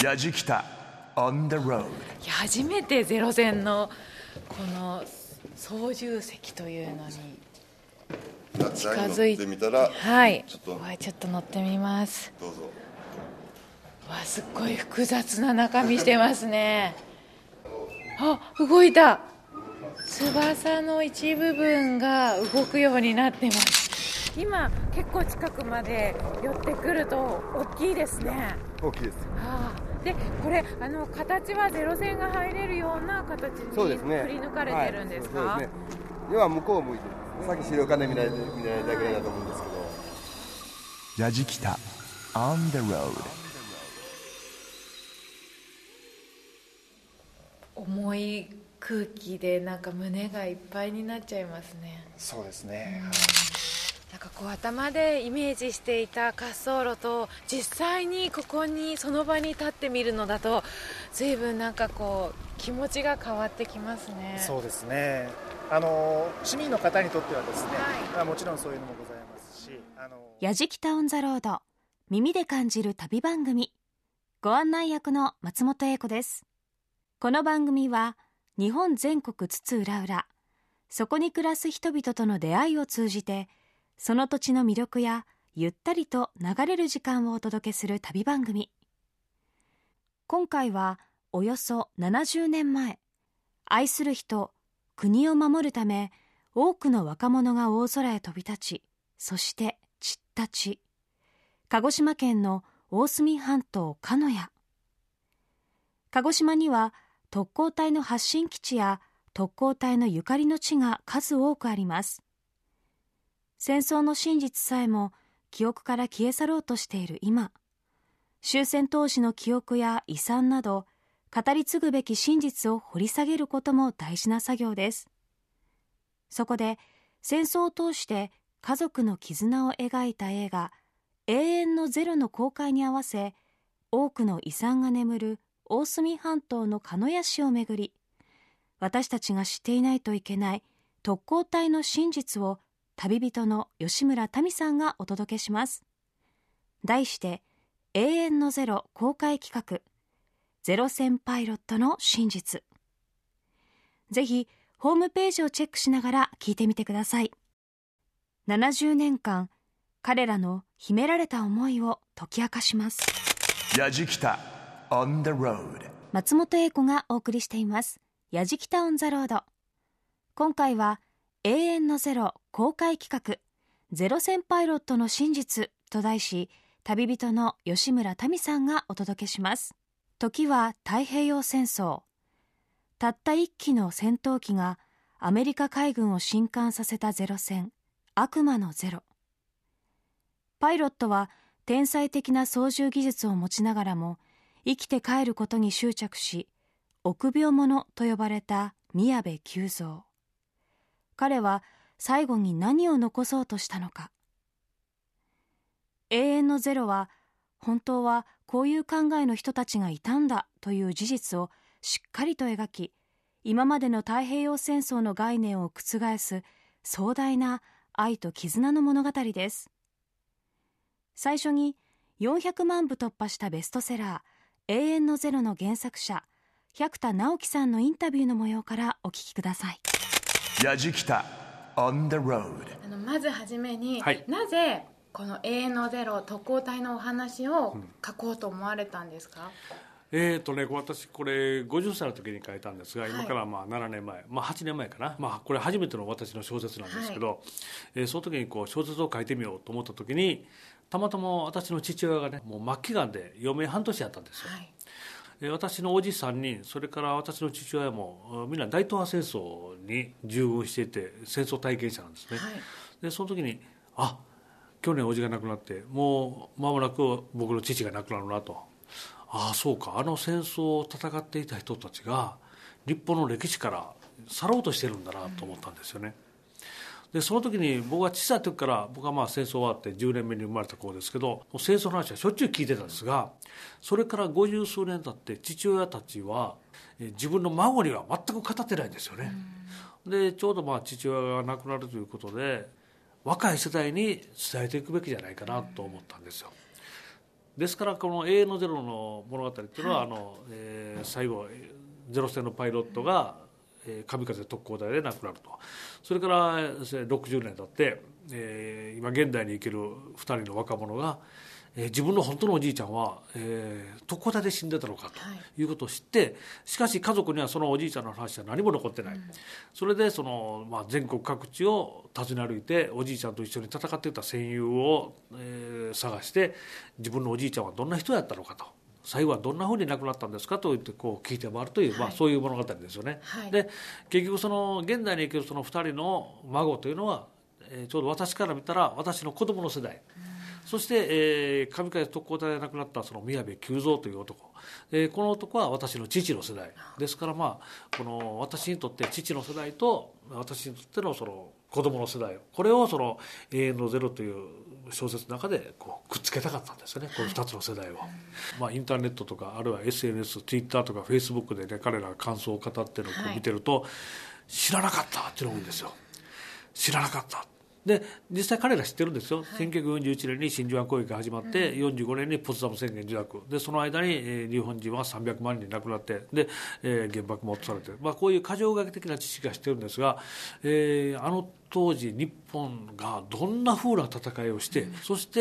やじきた on the road。 初めてゼロ戦のこの操縦席というのに近づいてみたら、はい、ちょっと乗ってみます。 どうぞ。 すっごい複雑な中身してますね。動いた。翼の一部分が動くようになってます。今結構近くまで寄ってくると大きいですね。 大きいです。 でこれ形はゼロ線が入れるような形に振り抜かれてるんですか？ そうですね。要は向こうを向いてる。さっき資料館で見られたぐらいだと思うんですけど。 やじきた on the road。 重い空気でなんか胸がいっぱいになっちゃいますね。 そうですね、 なんかこう頭でイメージしていた滑走路と実際にここにその場に立ってみるのだと随分なんかこう気持ちが変わってきますね。 そうですね。市民の方にとってはですね、もちろんそういうのもございますし、 やじきたオンザロード、耳で感じる旅番組、ご案内役の松本英子です。この番組は日本全国津々浦々、そこに暮らす人々との出会いを通じてその土地の魅力やゆったりと流れる時間をお届けする旅番組。今回はおよそ70年前、愛する人、国を守るため多くの若者が大空へ飛び立ち、そして散った地、鹿児島県の大隅半島鹿屋。鹿児島には特攻隊の発進基地や特攻隊のゆかりの地が数多くあります。戦争の真実さえも記憶から消え去ろうとしている今、終戦当時の記憶や遺産など語り継ぐべき真実を掘り下げることも大事な作業です。そこで戦争を通して家族の絆を描いた映画永遠のゼロの公開に合わせ、多くの遺産が眠る大隅半島の鹿屋市をめぐり、私たちが知っていないといけない特攻隊の真実を旅人の吉村民さんがお届けします。題して永遠のゼロ公開企画、ゼロ戦パイロットの真実。ぜひホームページをチェックしながら聞いてみてください。70年間彼らの秘められた思いを解き明かします。 やじきた on the road。 松本英子がお送りしています。やじきたオンザロード。今回は永遠のゼロ公開企画、ゼロ戦パイロットの真実と題し、旅人の吉村民さんがお届けします。時は太平洋戦争。たった一機の戦闘機がアメリカ海軍を震撼させたゼロ戦、悪魔のゼロ。パイロットは天才的な操縦技術を持ちながらも生きて帰ることに執着し、臆病者と呼ばれた宮部久蔵。彼は最後に何を残そうとしたのか。永遠のゼロは本当はこういう考えの人たちがいたんだという事実をしっかりと描き、今までの太平洋戦争の概念を覆す壮大な愛と絆の物語です。最初に400万部突破したベストセラー永遠のゼロの原作者百田直樹さんのインタビューの模様からお聞きください。 やじきた on the road。 まずはじめに、なぜこの永遠のゼロ特攻隊のお話を書こうと思われたんですか？ 私これ50歳の時に書いたんですが、今から7年前、8年前かな、これ初めての私の小説なんですけど、その時に小説を書いてみようと思った時に、たまたま私の父親がね、もう末期がんで余命半年やったんですよ。私のおじ3人、それから私の父親もみんな大東亜戦争に従軍していて戦争体験者なんですね。でその時に去年おじが亡くなってもう間もなく僕の父が亡くなるなと。そうか、戦争を戦っていた人たちが日本の歴史から去ろうとしてるんだなと思ったんですよね。でその時に僕は小さい時から、僕は戦争終わって10年目に生まれた子ですけど、戦争の話はしょっちゅう聞いてたんですが、それから50数年経って父親たちは自分の孫には全く語ってないんですよね。でちょうど父親が亡くなるということで、若い世代に伝えていくべきじゃないかなと思ったんですよ。 ですからこの永遠のゼロの物語っていうのは、最後ゼロ戦のパイロットが神風特攻隊で亡くなると。それから60年経って、今現代に生きる2人の若者が、自分の本当のおじいちゃんは、特攻隊で死んでたのかということを知って、しかし家族にはそのおじいちゃんの話は何も残ってない、それで全国各地を訪ね歩いておじいちゃんと一緒に戦っていた戦友を、探して自分のおじいちゃんはどんな人やったのかと、最後はどんなふうに亡くなったんですかと言ってこう聞いて回るという、そういう物語ですよね、で結局現代に生きるその2人の孫というのは、ちょうど私から見たら私の子供の世代、そして、神風特攻隊で亡くなったその宮部久蔵という男、この男は私の父の世代ですから、この私にとって父の世代と私にとってのその子供の世代、これをその永遠のゼロという小説の中でこうくっつけたかったんですよね、この2つの世代を、インターネットとかあるいは SNS、Twitter とか Facebook でね、彼らが感想を語ってるのを見てると、知らなかったっていうのが多いんですよ。知らなかった。で実際彼ら知ってるんですよ、1941年に真珠湾攻撃が始まって、45年にポツダム宣言受諾で、その間に、日本人は300万人亡くなって、で、原爆も落とされて、こういう過剰書き的な知識が知ってるんですが、あの当時日本がどんな風な戦いをして、そして、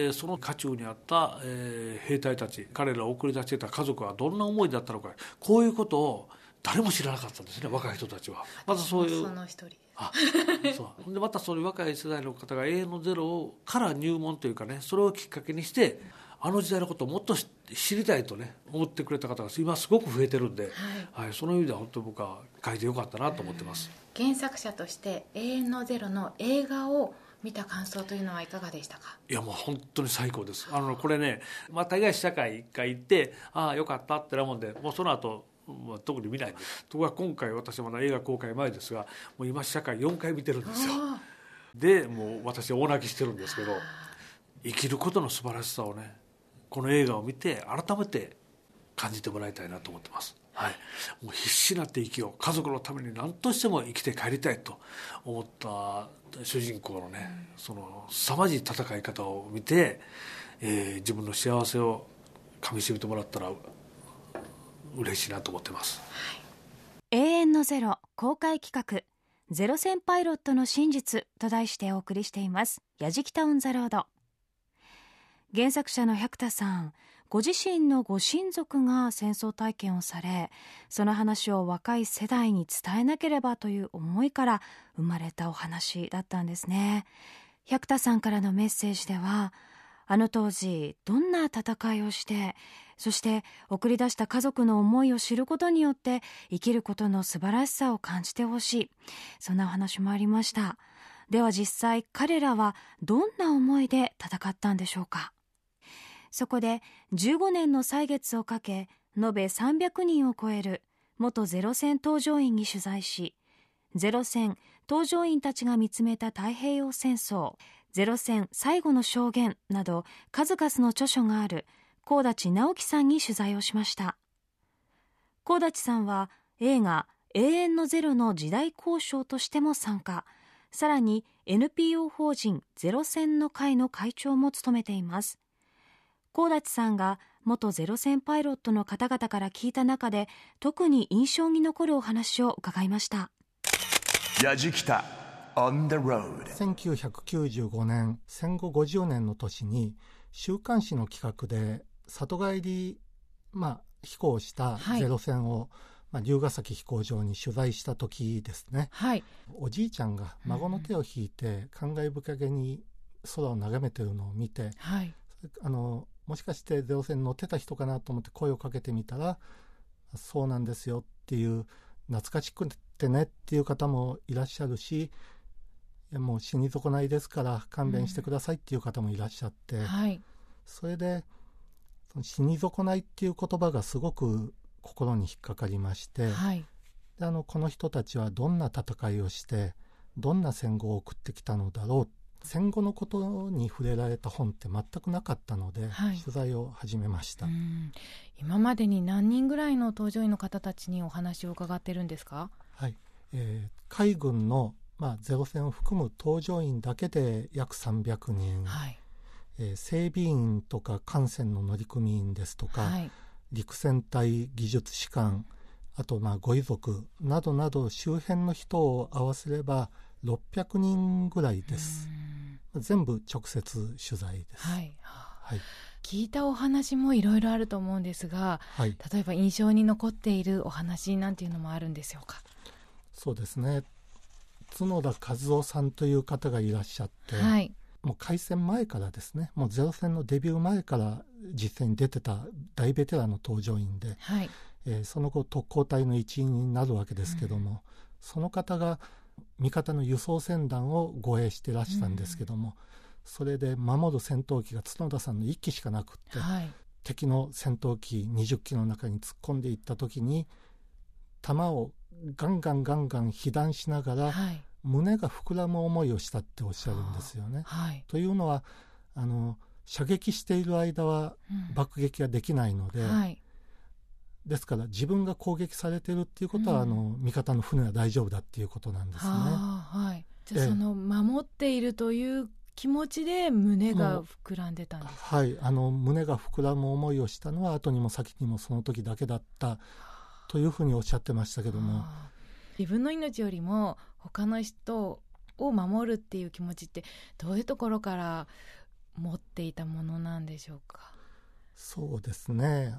その渦中にあった、兵隊たち、彼らを送り出していた家族はどんな思いだったのか、こういうことを誰も知らなかったんですね、若い人たちは。まずそういう、 その一人そうで、またそういう若い世代の方が永遠のゼロから入門というかね、それをきっかけにしてあの時代のことをもっと知りたいとね思ってくれた方が今すごく増えてるんで、その意味では本当に僕は書いてよかったなと思ってます。 原作者として永遠のゼロの映画を見た感想というのはいかがでしたか？ いやもう本当に最高です。これね、大概試写会一回行ってよかったってなもんで、もうその後特に見ない。ところが今回私はまだ映画公開前ですが、もう今試写会4回見てるんですよ。でもう私は大泣きしてるんですけど、生きることの素晴らしさをね、この映画を見て改めて感じてもらいたいなと思ってます。もう必死になって生きよう、家族のために何としても生きて帰りたいと思った主人公のね、その凄まじい戦い方を見て、自分の幸せをかみしめてもらったら嬉しいなと思ってます。 永遠のゼロ公開企画、ゼロ戦パイロットの真実と題してお送りしていますやじきたオンザロード。原作者の百田さん、ご自身のご親族が戦争体験をされ、その話を若い世代に伝えなければという思いから生まれたお話だったんですね。百田さんからのメッセージでは、あの当時どんな戦いをして、そして送り出した家族の思いを知ることによって生きることの素晴らしさを感じてほしい、そんなお話もありました。では実際彼らはどんな思いで戦ったんでしょうか。そこで15年の歳月をかけ、延べ300人を超える元ゼロ戦搭乗員に取材し、ゼロ戦搭乗員たちが見つめた太平洋戦争、ゼロ戦最後の証言など数々の著書がある幸立直樹さんに取材をしました。幸立さんは映画永遠のゼロの時代考証としても参加、さらに NPO 法人ゼロ戦の会の会長も務めています。幸立さんが元ゼロ戦パイロットの方々から聞いた中で特に印象に残るお話を伺いました。 やじきた On the road。 1995年戦後50年の年に週刊誌の企画で里帰り、飛行したゼロ戦を、龍ヶ崎飛行場に取材した時ですね、おじいちゃんが孫の手を引いて感慨深げに空を眺めてるのを見て、もしかしてゼロ戦に乗ってた人かなと思って声をかけてみたら、そうなんですよっていう、懐かしくてねっていう方もいらっしゃるし、もう死に損ないですから勘弁してくださいっていう方もいらっしゃって、それでその死に損ないっていう言葉がすごく心に引っかかりまして、でこの人たちはどんな戦いをしてどんな戦後を送ってきたのだろう、戦後のことに触れられた本って全くなかったので、取材を始めました。 今までに何人ぐらいの搭乗員の方たちにお話を伺ってるんですか？ 海軍の、ゼロ戦を含む搭乗員だけで約300人、 整備員とか艦船の乗組員ですとか、はい、陸戦隊技術士官、あとご遺族などなど周辺の人を合わせれば600人ぐらいです。全部直接取材です。はい、 はい、聞いたお話もいろいろあると思うんですが、はい、例えば印象に残っているお話なんていうのもあるんでしょうか。 そうですね、角田和夫さんという方がいらっしゃって、はい、もう開戦前からですね、もうゼロ戦のデビュー前から実戦に出てた大ベテランの搭乗員で、はい、その後特攻隊の一員になるわけですけども、その方が味方の輸送船団を護衛してらしたんですけども、それで守る戦闘機が角田さんの1機しかなくって、はい、敵の戦闘機20機の中に突っ込んでいった時に弾をガンガン被弾しながら、はい、胸が膨らむ思いをしたっておっしゃるんですよね。はい、というのは射撃している間は爆撃ができないので、はい、ですから自分が攻撃されてるっていうことは、味方の船は大丈夫だっていうことなんですね。はい、 じゃあその守っているという気持ちで胸が膨らんでたんですか。 はい、胸が膨らむ思いをしたのは後にも先にもその時だけだったというふうにおっしゃってましたけども、 自分の命よりも他の人を守るっていう気持ちってどういうところから持っていたものなんでしょうか。 そうですね、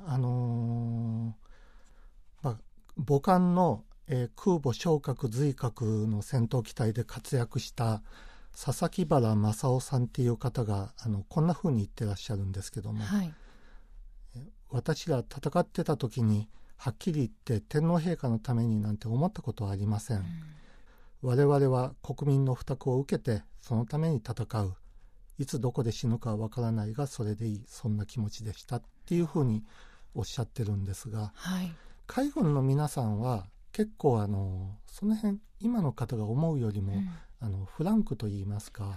母艦の、空母翔鶴随鶴の戦闘機隊で活躍した佐々木原正夫さんっていう方がこんな風に言ってらっしゃるんですけども、はい、私が戦ってた時にはっきり言って天皇陛下のためになんて思ったことはありません。我々は国民の負託を受けてそのために戦う。いつどこで死ぬかはわからないがそれでいい、そんな気持ちでしたっていうふうにおっしゃってるんですが、はい、海軍の皆さんは結構その辺今の方が思うよりも、フランクと言いますか、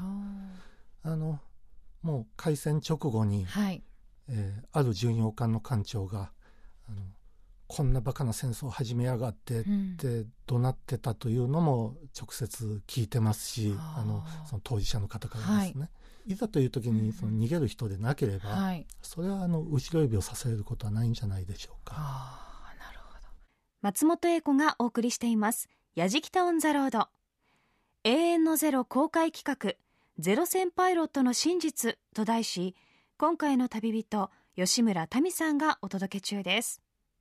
もう開戦直後に、はい、ある巡洋艦の艦長がこんなバカな戦争を始めやがってって怒鳴ってたというのも直接聞いてますし、その当事者の方からですね、はい、いざという時にその逃げる人でなければ、はい、それは後ろ指をさせることはないんじゃないでしょうか。 なるほど。松本英子がお送りしていますやじきたオンザロード。永遠のゼロ公開企画ゼロ戦パイロットの真実と題し、今回の旅人吉村民さんがお届け中です。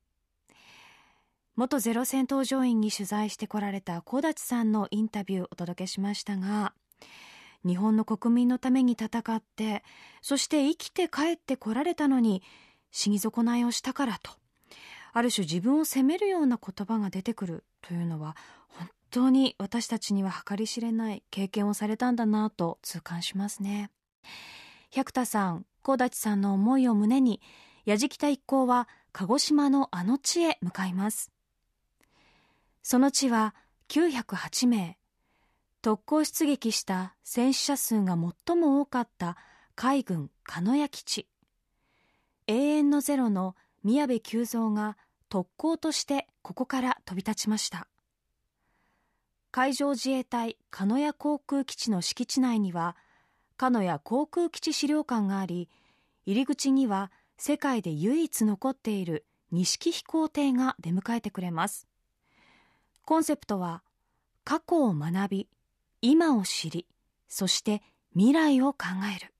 元ゼロ戦搭乗員に取材してこられた小立さんのインタビューをお届けしましたが、日本の国民のために戦って、そして生きて帰ってこられたのに死に損ないをしたからと、ある種自分を責めるような言葉が出てくるというのは本当に私たちには計り知れない経験をされたんだなと痛感しますね。百田さん、小立さんの思いを胸にやじきた一行は鹿児島のあの地へ向かいます。その地は908名、特攻出撃した戦死者数が最も多かった海軍鹿屋基地。永遠のゼロの宮部久蔵が特攻としてここから飛び立ちました。海上自衛隊鹿屋航空基地の敷地内には鹿屋航空基地資料館があり、入り口には世界で唯一残っている錦飛行艇が出迎えてくれます。コンセプトは過去を学び、今を知り、そして未来を考える。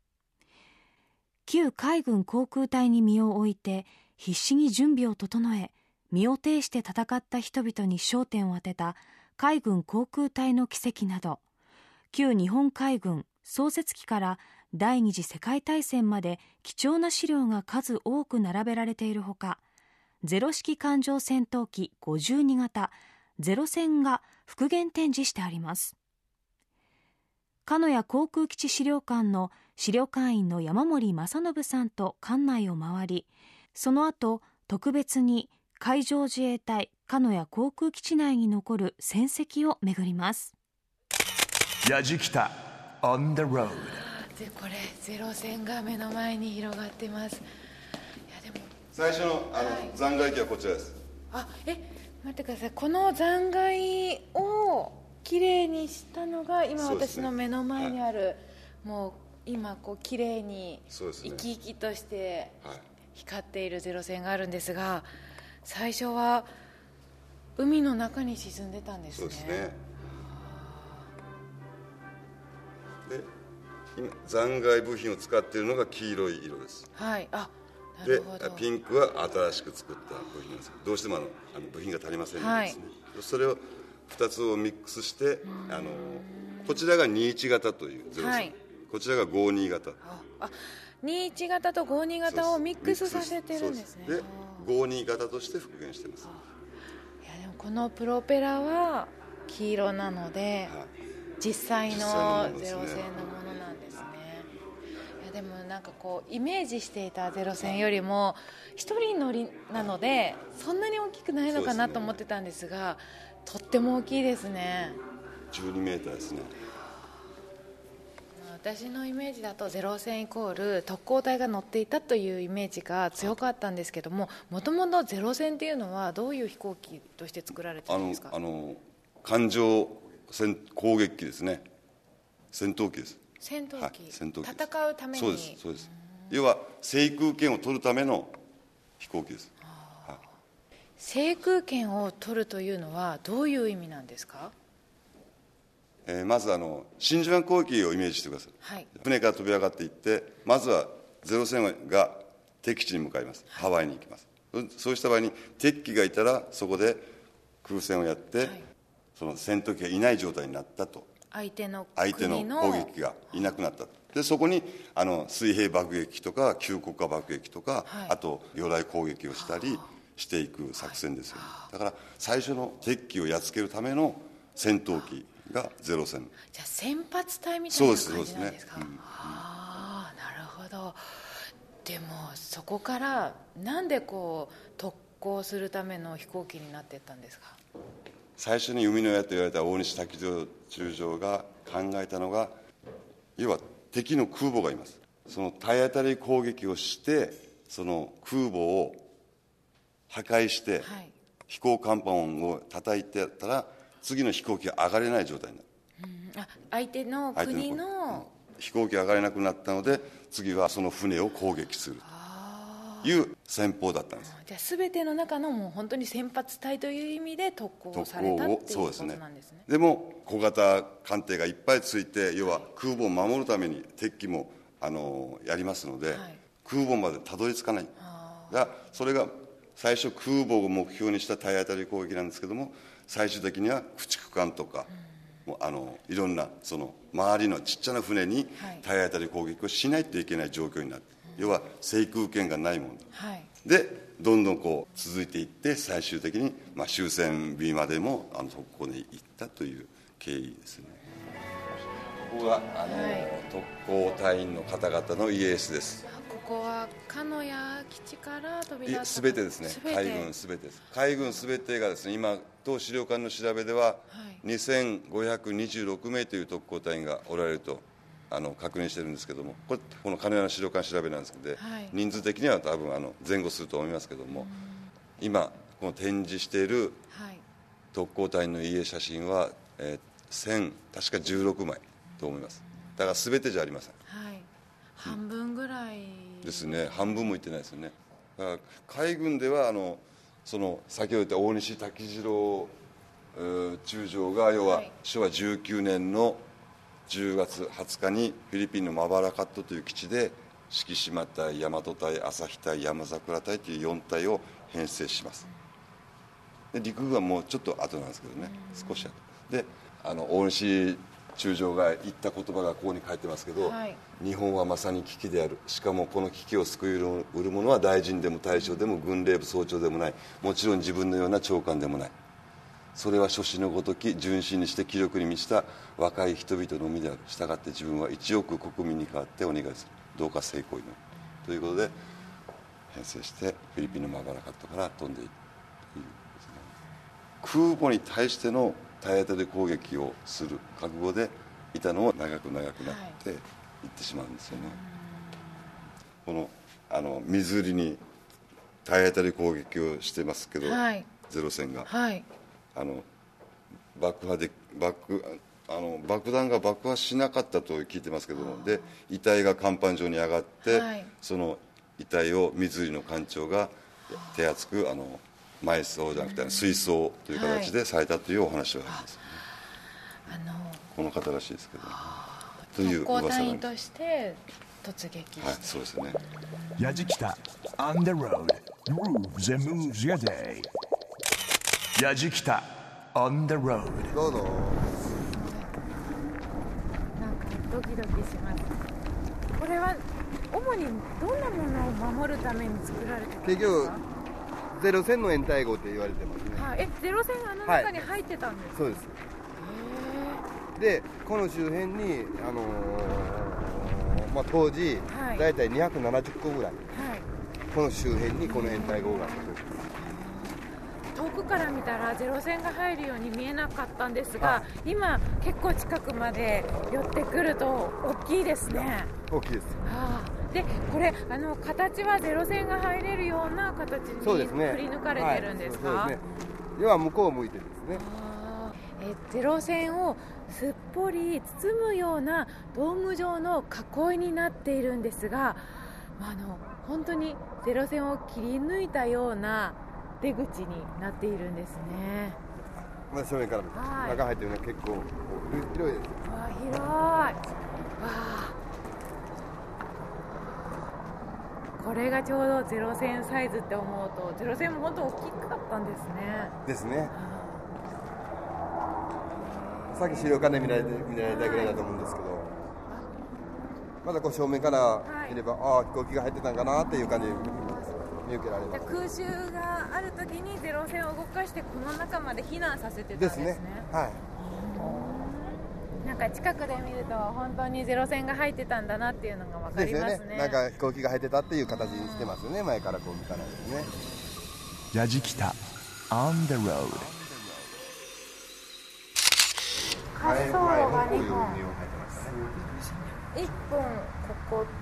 旧海軍航空隊に身を置いて必死に準備を整え、身を挺して戦った人々に焦点を当てた海軍航空隊の奇跡など、旧日本海軍創設期から第二次世界大戦まで貴重な資料が数多く並べられているほか、ゼロ式艦上戦闘機52型ゼロ戦が復元展示してあります。鹿屋航空基地資料館の資料館員の山森正信さんと館内を回り、その後特別に海上自衛隊鹿屋航空基地内に残る戦跡を巡ります。 やじきた on the road。 これゼロ戦が目の前に広がってます。いやでも最初の残骸機はこちらです。 待ってください。この残骸をきれいにしたのが今私の目の前にある、もう今こう綺麗にそうですね生き生きとしてはい、 光っているゼロ戦があるんですが、最初は海の中に沈んでたんですね。 そうですね。で今残骸部品を使っているのが黄色い色です。 はい、なでるほど。 ピンクは新しく作った部品なんですけど、どうしても部品が足りませんのでですね、それを2つをミックスしてこちらが21型というゼロ戦、 はい、 こちらが52型。 21型と52型をミックスさせてるんですね。 で52型として復元してます。 いやでもこのプロペラは黄色なので、 はい、 実際のゼロ戦のものなんですね。いやでもなんかこうイメージしていたゼロ戦よりも一人乗りなのでそんなに大きくないのかなと思ってたんですが、とっても大きいですね。 12メーターですね。 私のイメージだとゼロ戦イコール特攻隊が乗っていたというイメージが強かったんですけども、もともとゼロ戦っていうのはどういう飛行機として作られてるんですか？ 艦上攻撃機ですね。戦闘機です。 戦闘機、 はい、戦闘機です。 戦うために。 そうです、そうです。要は制空権を取るための飛行機です。はい、 制空権を取るというのはどういう意味なんですか？ まず真珠湾攻撃をイメージしてください。はい、船から飛び上がっていって、まずはゼロ戦が敵地に向かいます。はい、ハワイに行きます。そうした場合に敵機がいたらそこで空戦をやって、はい、その戦闘機がいない状態になったと。 相手の攻撃がいなくなった。でそこに水平爆撃機とか急降下爆撃機とか、はい、あと魚雷攻撃をしたりしていく作戦ですよね。だから最初の敵機をやっつけるための戦闘機がゼロ戦。 じゃあ先発隊みたいな感じなんですか？ そうですね。 なるほど。でもそこからなんでこう特攻するための飛行機になっていったんですか？ 最初に海の親と言われた大西滝中将が考えたのが、要は敵の空母がいます。その体当たり攻撃をしてその空母を破壊して、はい、飛行甲板を叩いてたら次の飛行機が上がれない状態になる。 相手の国の飛行機が上がれなくなったので、次はその船を攻撃するという戦法だったんです。 じゃあ全ての中のもう本当に先発隊という意味で特攻されたっていうことなんですね。 でも小型艦艇がいっぱいついて、要は空母を守るために敵機もやりますので、はい、空母までたどり着かない。それが最初空母を目標にした体当たり攻撃なんですけども、最終的には駆逐艦とか、いろんなその周りのちっちゃな船に体当たり攻撃をしないといけない状況になって、要は制空権がないもの、はい、でどんどんこう続いていって、最終的に終戦日までも特攻に行ったという経緯ですね。ここが特攻隊員の方々の家室です。 ここは鹿屋基地から飛び出した。 全てですね。海軍全てです。海軍全てがですね、今当資料館の調べでは、2526名という特攻隊員がおられると確認してるんですけども、この鹿屋の資料館調べなんですけど、人数的には多分前後すると思いますけども、今この展示している特攻隊員の家写真は、確か16枚と思います。だから全てじゃありません。 半分ぐらいですね。半分もいってないですよね。だから海軍ではその先ほど言った大西滝次郎中将が、要は昭和19年の10月20日にフィリピンのマバラカットという基地で四季島隊、大和隊、朝日隊、山桜隊という4隊を編成します。で陸軍はもうちょっと後なんですけどね、少し後で大西中将が言った言葉がここに書いてますけど、日本はまさに危機である。しかもこの危機を救いうる者は大臣でも大将でも軍令部総長でもない。もちろん自分のような長官でもない。それは諸子のごとき純真にして気力に満ちた若い人々のみである。したがって自分は1億国民に代わってお願いする。どうか成功を祈るということで編成してフィリピンのマバラカットから飛んでいくというですね。空母に対しての体当たり攻撃をする覚悟でいたのを長くなっていってしまうんですよね。この水売りに体当たり攻撃をしてますけど、ゼロ戦が、爆破で爆弾が爆破しなかったと聞いてますけども、で遺体が甲板上に上がって、はい、その遺体を水入の艦長が手厚く埋葬じゃなくて水葬という形でされたというお話があります、ね、この方らしいですけど、という特攻隊員として突撃して、 はい、そうですね。 やじきた on the road grooves and moves your day。 やじきた on the road。 どうぞ。 なんかドキドキします。これは主にどんなものを守るために作られてるんですか？ 結局ゼロ戦の掩体壕って言われてますね。 はい、ゼロ戦が中に入ってたんですか？ そうです。でこの周辺に、当時、はい、だいたい270個ぐらい、はい、この周辺にこの掩体壕があって、 遠くから見たらゼロ戦が入るように見えなかったんですが、今結構近くまで寄ってくると大きいですね。 大きいです。 でこれ形はゼロ戦が入れるような形に振り抜かれてるんですか？ そうですね。要は向こうを向いてるんですね。 ゼロ戦をすっぽり包むようなドーム状の囲いになっているんですが、本当にゼロ戦を切り抜いたような出口になっているんですね。 正面から見て、中入ってるのは結構広いです。 広い。これがちょうどゼロ戦サイズって思うと、ゼロ戦も本当大きかったんですね。 ですね。さっき資料館で見られたぐらいだと思うんですけど、まだこう正面から見れば、飛行機が入ってたんかなっていう感じで見受けられます。 空襲があるときにゼロ戦を動かしてこの中まで避難させてたんですね。 ですね。はい。 なんか近くで見ると本当にゼロ戦が入ってたんだなっていうのが分かりますね。 ですよね。なんか飛行機が入ってたっていう形にしてますよね。前からこう見たらですね。 やじきた on the road。 滑走路が2本、1本ここと、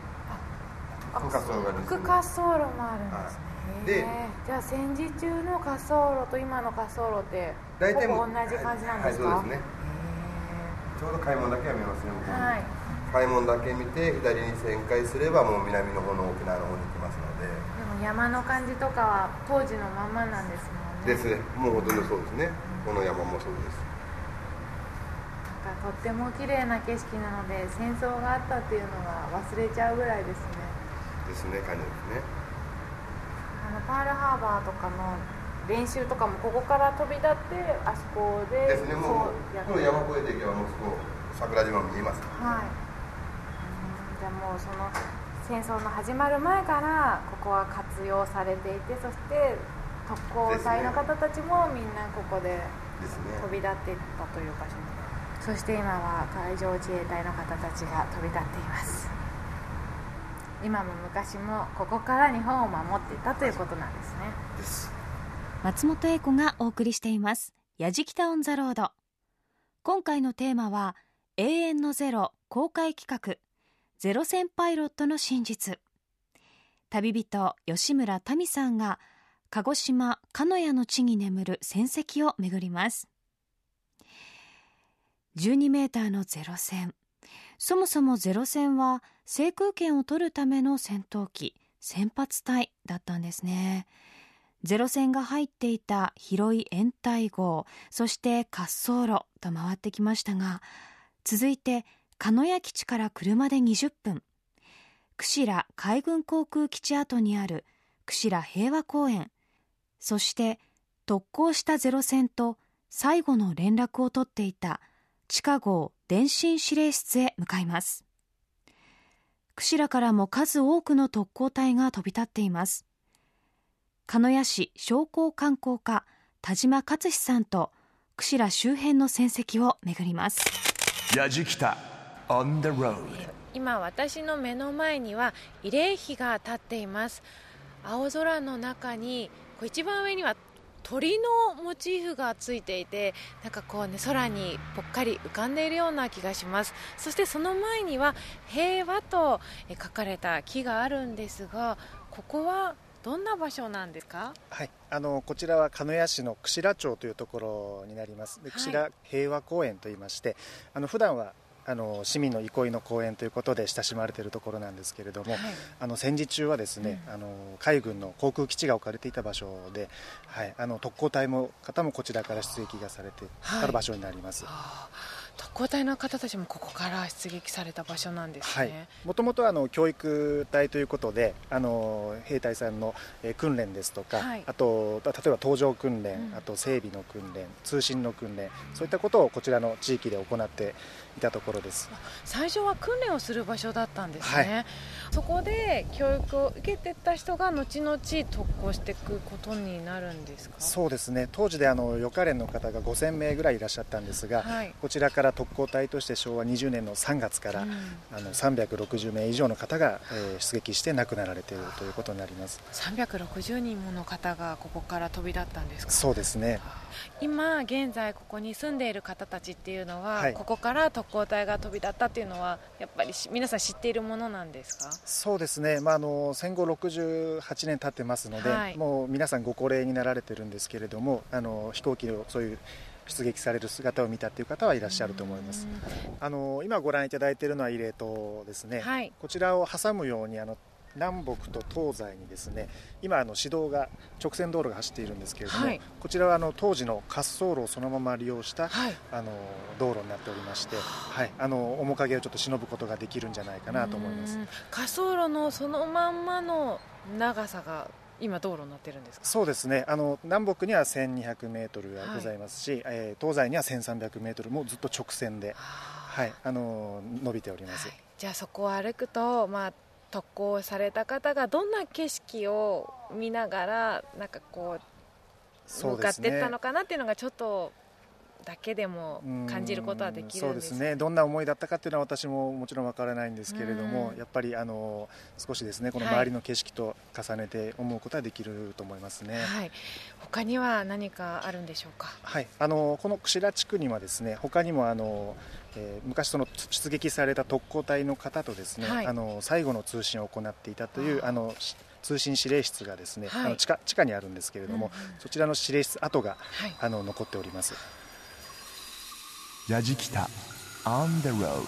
副滑走路もあるんですね。じゃあ戦時中の滑走路と今の滑走路ってほぼ同じ感じなんですか？ はい、そうですね。ちょうど開門だけは見えますね。はい。開門だけ見て左に旋回すればもう南の方の沖縄の方に行きますので。 でも山の感じとかは当時のままなんですもんね。 ですね。もうほとんどそうですね。この山もそうです。 とっても綺麗な景色なので戦争があったっていうのが忘れちゃうぐらいですね。 ですね、感じですね。 パールハーバーとかの練習とかもここから飛び立ってあそこでですね。もうこの山越えていけばもうそこ桜島見えます。 はい。じゃあもうその戦争の始まる前からここは活用されていて、そして特攻隊の方たちもみんなここで飛び立っていったという場所に。そして今は海上自衛隊の方たちが飛び立っています。今も昔もここから日本を守っていたということなんですね。です。 松本英子がお送りしていますやじきたオンザロード。今回のテーマは永遠のゼロ公開企画ゼロ戦パイロットの真実。旅人吉村民さんが鹿児島鹿屋の地に眠る戦跡を巡ります。12メーターのゼロ戦。そもそもゼロ戦は制空権を取るための戦闘機、先発隊だったんですね。ゼロ戦が入っていた広い掩体壕、そして滑走路と回ってきましたが、続いて鹿屋基地から車で20分、串良海軍航空基地跡にある串良平和公園、そして特攻したゼロ戦と最後の連絡を取っていた地下壕電信指令室へ向かいます。串良からも数多くの特攻隊が飛び立っています。鹿屋市商工観光課田島勝志さんと串良周辺の戦績を巡ります。 やじきた on the road。 今私の目の前には慰霊碑が立っています。青空の中に一番上には鳥のモチーフがついていて、なんかこうね、空にぽっかり浮かんでいるような気がします。そしてその前には平和と書かれた木があるんですが、ここはどんな場所なんですか？ はい、こちらは鹿屋市の串良町というところになります。で、串良平和公園といいまして、普段は市民の憩いの公園ということで親しまれているところなんですけれども、戦時中はですね、海軍の航空基地が置かれていた場所で、特攻隊の方もこちらから出撃がされていた場所になります。 特攻隊の方たちもここから出撃された場所なんですね。 もともとは教育隊ということで兵隊さんの訓練ですとか、あと例えば搭乗訓練、あと整備の訓練、通信の訓練、そういったことをこちらの地域で行っていたところです。 最初は訓練をする場所だったんですね。そこで教育を受けてた人が後々特攻していくことになるんですか？ そうですね、当時で予科連の方が5000名ぐらいいらっしゃったんですが、こちらから特攻隊として昭和20年の3月から、360名以上の方が、出撃して亡くなられているということになります。 360人もの方がここから飛び立ったんですか？ そうですね。 今現在ここに住んでいる方たちっていうのは、ここから特攻隊が飛び立ったっていうのはやっぱり皆さん知っているものなんですか？ そうですね、戦後68年経ってますので、もう皆さんご高齢になられてるんですけれども、飛行機をそういう出撃される姿を見たという方はいらっしゃると思います。今ご覧いただいているのは慰霊塔ですね。こちらを挟むように南北と東西にですね、今市道が直線道路が走っているんですけれども、こちらは当時の滑走路をそのまま利用した、道路になっておりまして、面影をちょっと忍ぶことができるんじゃないかなと思います。 滑走路のそのまんまの長さが今道路になってるんですか？ そうですね、南北には1200メートルがございますし、東西には1300メートルもずっと直線で、伸びております。 じゃあそこを歩くと、特攻された方がどんな景色を見ながらなんかこう向かっていったのかなっていうのがちょっとだけでも感じることはできるんです。 そうですね、どんな思いだったかっていうのは私ももちろんわからないんですけれども、やっぱり少しですね、この周りの景色と重ねて思うことはできると思いますね。 他には何かあるんでしょうか？ この串良地区にはですね、他にも昔その出撃された特攻隊の方とですね、最後の通信を行っていたという通信指令室がですね、地下にあるんですけれども、そちらの指令室跡が、残っております。 やじきた On the road。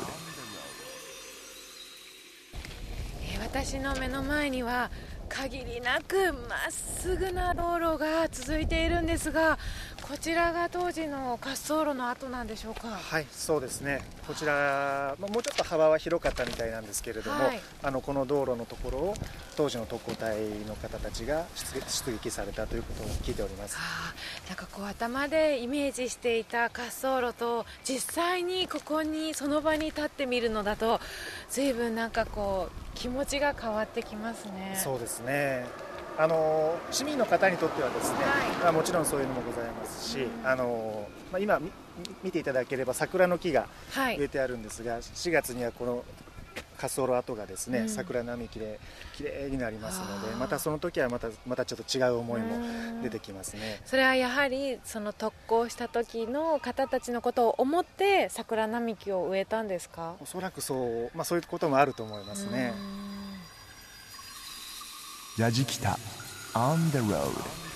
私の目の前には限りなくまっすぐな道路が続いているんですが、こちらが当時の滑走路の跡なんでしょうか？ そうですね、こちらもうちょっと幅は広かったみたいなんですけれども、この道路のところを当時の特攻隊の方たちが出撃されたということを聞いております。 なんかこう頭でイメージしていた滑走路と実際にここにその場に立ってみるのだと随分なんかこう気持ちが変わってきますね。 そうですね、市民の方にとってはですね、もちろんそういうのもございますし、今見ていただければ桜の木が植えてあるんですが、4月にはこの滑走路跡がですね、桜並木で綺麗になりますので、またその時はまたちょっと違う思いも出てきますね。 それはやはりその特攻した時の方たちのことを思って桜並木を植えたんですか？ おそらくそういうこともあると思いますね。 やじきた On the road。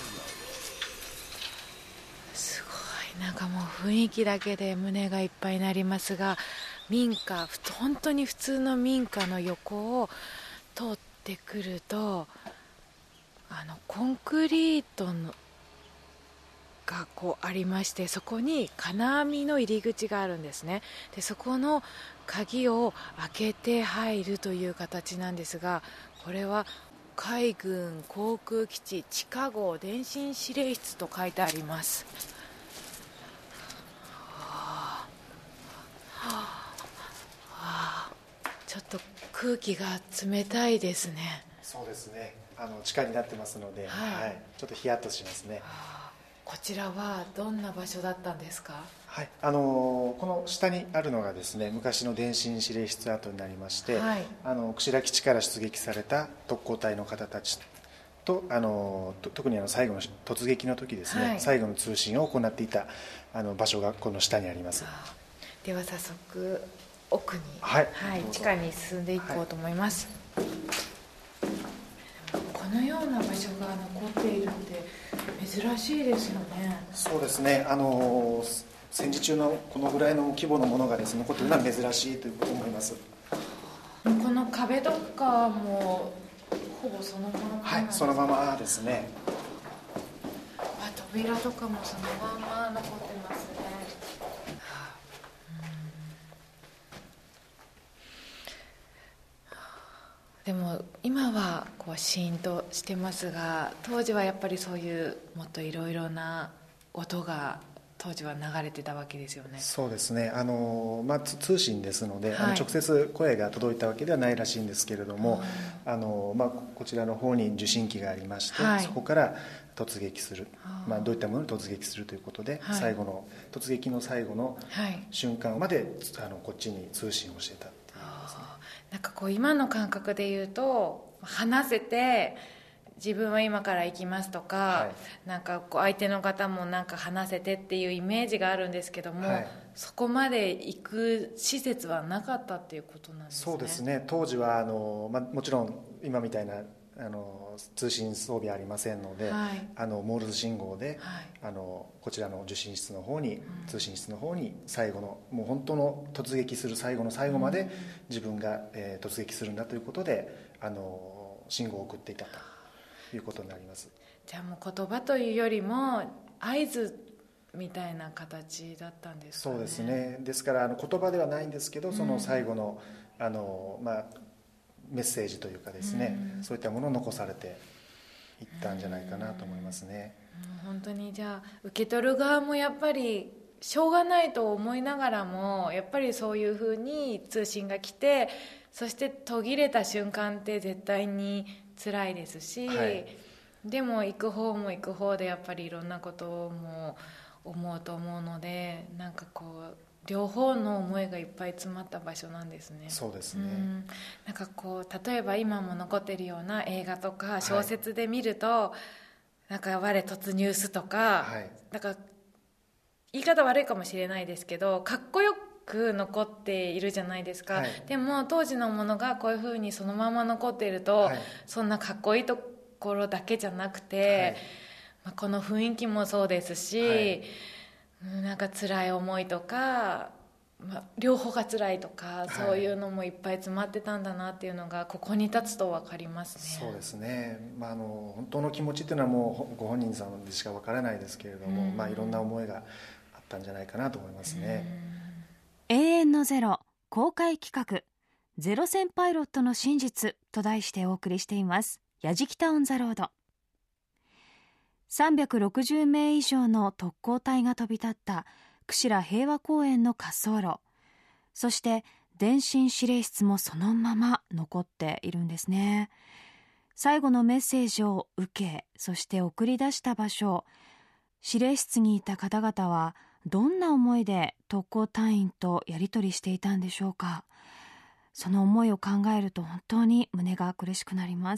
すごい、なんかもう雰囲気だけで胸がいっぱいになりますが、民家、本当に普通の民家の横を通ってくるとコンクリートのがこうありまして、そこに金網の入り口があるんですね。でそこの鍵を開けて入るという形なんですが、これは海軍航空基地地下壕電信指令室と書いてあります。ちょっと空気が冷たいですね。 そうですね、地下になってますので、ちょっとヒヤッとしますね。 こちらはどんな場所だったんですか？ この下にあるのがですね、昔の電信指令室跡になりまして、串良基地から出撃された特攻隊の方たちと特に最後の突撃の時ですね、最後の通信を行っていた場所がこの下にあります。 では早速奥に、地下に進んでいこうと思います。このようなな場所が残っているって珍しいですよね。 そうですね、戦時中のこのぐらいの規模のものがですね残っているのは珍しいということ思います。 この壁とかもほぼそのまま。 はい、そのままですね。 扉とかもそのまま残ってますね。でも今はこうシーンとしてますが、当時はやっぱりそういうもっといろいろな音が当時は流れてたわけですよね。 そうですね、通信ですので、直接声が届いたわけではないらしいんですけれども、こちらの方に受信機がありまして、そこから突撃する、どういったものに突撃するということで、突撃の最後の瞬間までこっちに通信をしてたっていうですね。 なんかこう今の感覚で言うと、話せて自分は今から行きますとか、なんかこう相手の方もなんか話せてっていうイメージがあるんですけども、そこまで行く施設はなかったっていうことなんですね。 そうですね、当時はもちろん今みたいな通信装備ありませんので、モールス信号で、こちらの受信室の方に、通信室の方に最後のもう本当の突撃する最後の最後まで自分が、突撃するんだということで信号を送っていたということになります。 じゃあもう言葉というよりも合図みたいな形だったんですかね。 そうですね、ですから言葉ではないんですけど、その最後の、メッセージというかですね、そういったものを残されていったんじゃないかなと思いますね。 本当にじゃあ受け取る側もやっぱりしょうがないと思いながらも、やっぱりそういうふうに通信が来て、そして途切れた瞬間って絶対に辛いですし、でも行く方も行く方でやっぱりいろんなことも思うと思うので、なんかこう両方の思いがいっぱい詰まった場所なんですね。 そうですね。 なんかこう例えば今も残っているような映画とか小説で見ると、なんか我突入すとか、なんか言い方悪いかもしれないですけど、かっこよく残っているじゃないですか。でも当時のものがこういうふうにそのまま残っていると、そんなかっこいいところだけじゃなくて、この雰囲気もそうですし、なんか辛い思いとか、両方が辛いとか、そういうのもいっぱい詰まってたんだなっていうのがここに立つと分かりますね。 そうですね、本当の気持ちっていうのはもうご本人さんでしか分からないですけれども、いろんな思いがあったんじゃないかなと思いますね。 永遠のゼロ公開企画、ゼロ戦パイロットの真実と題してお送りしています。やじきたオンザロード。360名以上の特攻隊が飛び立った釧路平和公園の滑走路、そして電信指令室もそのまま残っているんですね。最後のメッセージを受け、そして送り出した場所、指令室にいた方々はどんな思いで特攻隊員とやり取りしていたんでしょうか。その思いを考えると本当に胸が苦しくなります。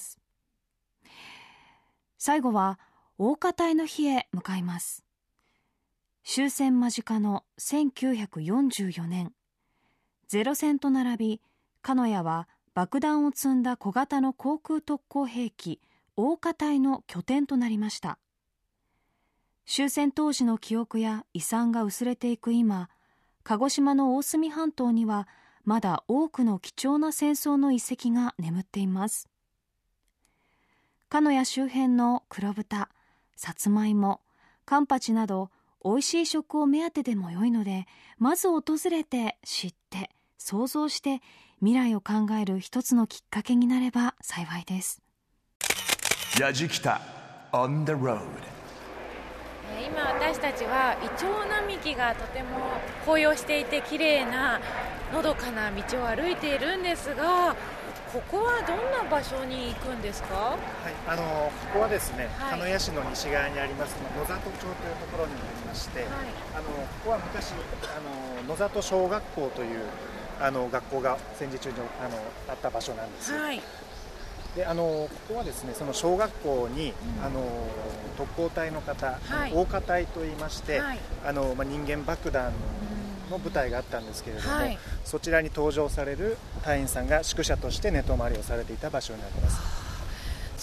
最後は桜花隊の日へ向かいます。終戦間近の1944年、ゼロ戦と並び、鹿屋は爆弾を積んだ小型の航空特攻兵器桜花隊の拠点となりました。終戦当時の記憶や遺産が薄れていく今、鹿児島の大隅半島にはまだ多くの貴重な戦争の遺跡が眠っています。鹿屋周辺の黒豚、さつまいも、カンパチなど美味しい食を目当てでも良いので、まず訪れて知って想像して未来を考える一つのきっかけになれば幸いです。 やじきた on the road。 今私たちはイチョウ並木がとても紅葉していて綺麗なのどかな道を歩いているんですが、ここはどんな場所に行くんですか？ ここはですね、鹿屋市の西側にあります野里町というところになりまして、ここは昔野里小学校という学校が戦時中にあった場所なんです。でここはですね、その小学校に特攻隊の方、桜花隊といいまして、人間爆弾の部隊があったんですけれども、そちらに登場される隊員さんが宿舎として寝泊まりをされていた場所になります。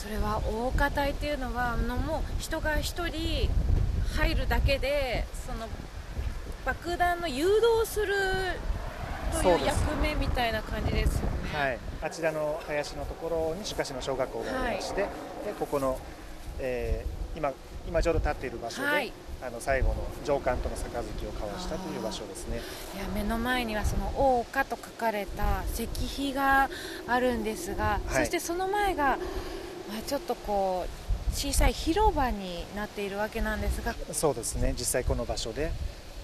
それは大岡隊っていうのはもう人が一人入るだけでその爆弾の誘導するという役目みたいな感じですよね。 はい、あちらの林のところに朱家市の小学校がありまして、でここの、今ちょうど立っている場所で、最後の上官との杯を交わしたという場所ですね。 いや、目の前にはその大岡と書かれた石碑があるんですが、そしてその前が、ちょっとこう小さい広場になっているわけなんですが、 そうですね、実際この場所で、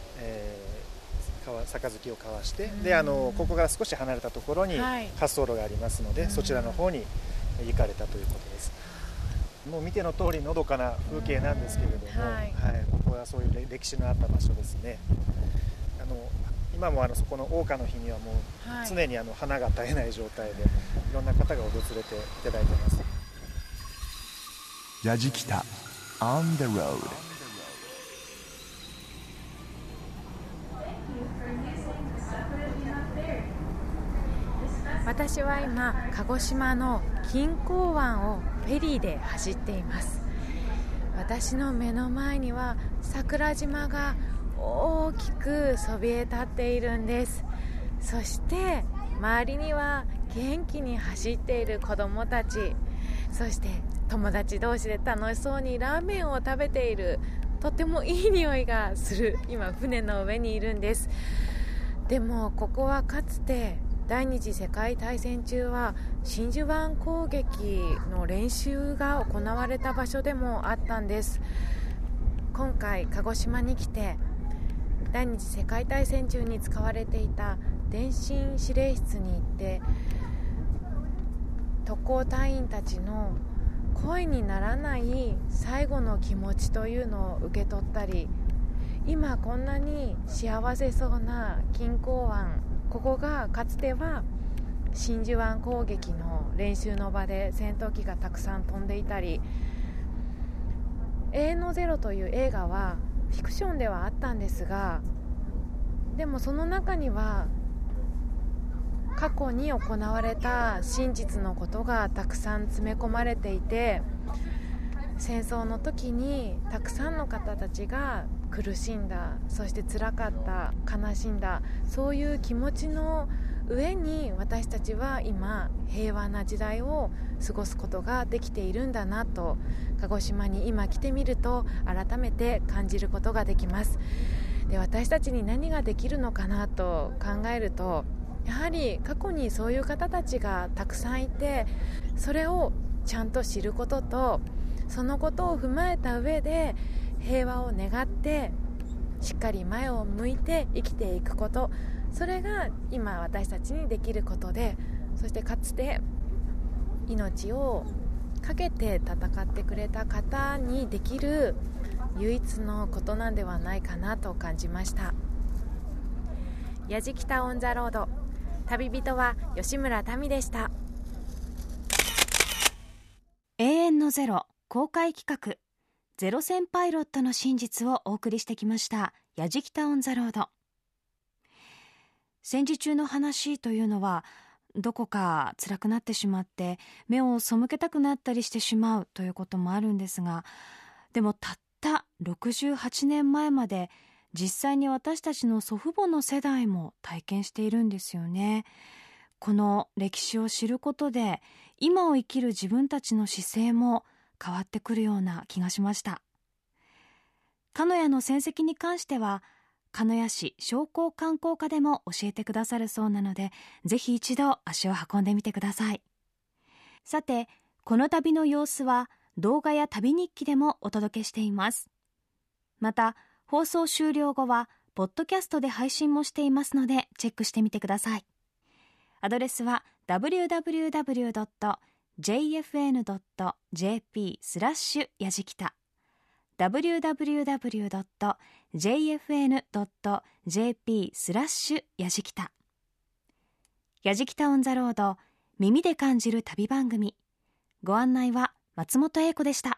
杯を交わして、でここから少し離れたところに滑走路がありますので、そちらの方に行かれたということです。もう見ての通りのどかな風景なんですけれども、ここはそういう歴史のあった場所ですね。今もそこの大岡の日にはもう常に花が絶えない状態で、いろんな方が訪れていただいています。 やじきた On the road。 私は今鹿児島の錦江湾をフェリーで走っています。私の目の前には桜島が大きくそびえ立っているんです。そして周りには元気に走っている子どもたち、そして友達同士で楽しそうにラーメンを食べている、とてもいい匂いがする今船の上にいるんです。でもここはかつて第二次世界大戦中は真珠湾攻撃の練習が行われた場所でもあったんです。今回鹿児島に来て第二次世界大戦中に使われていた電信指令室に行って、特攻隊員たちの声にならない最後の気持ちというのを受け取ったり、今こんなに幸せそうな錦江湾、ここがかつては真珠湾攻撃の練習の場で戦闘機がたくさん飛んでいたり、永遠のゼロという映画はフィクションではあったんですが、でもその中には過去に行われた真実のことがたくさん詰め込まれていて、戦争の時にたくさんの方たちが苦しんだ、そして辛かった、悲しんだ、そういう気持ちの上に私たちは今平和な時代を過ごすことができているんだなと、鹿児島に今来てみると改めて感じることができます。で、私たちに何ができるのかなと考えると、やはり過去にそういう方たちがたくさんいて、それをちゃんと知ることと、そのことを踏まえた上で平和を願ってしっかり前を向いて生きていくこと、それが今私たちにできることで、そしてかつて命をかけて戦ってくれた方にできる唯一のことなんではないかなと感じました。やじきたオンザロード、旅人は吉村民でした。 永遠のゼロ公開企画、ゼロ戦パイロットの真実をお送りしてきましたやじきたオンザロード。戦時中の話というのはどこか辛くなってしまって目を背けたくなったりしてしまうということもあるんですが、でもたった68年前まで実際に私たちの祖父母の世代も体験しているんですよね。この歴史を知ることで今を生きる自分たちの姿勢も変わってくるような気がしました。鹿屋の戦績に関しては鹿屋市商工観光課でも教えてくださるそうなので、ぜひ一度足を運んでみてください。さて、この旅の様子は動画や旅日記でもお届けしています。また放送終了後はポッドキャストで配信もしていますのでチェックしてみてください。アドレスは www.jfn.jp やじきた www.jfn.jp やじきた。やじきたオンザロード、耳で感じる旅番組。ご案内は松本英子でした。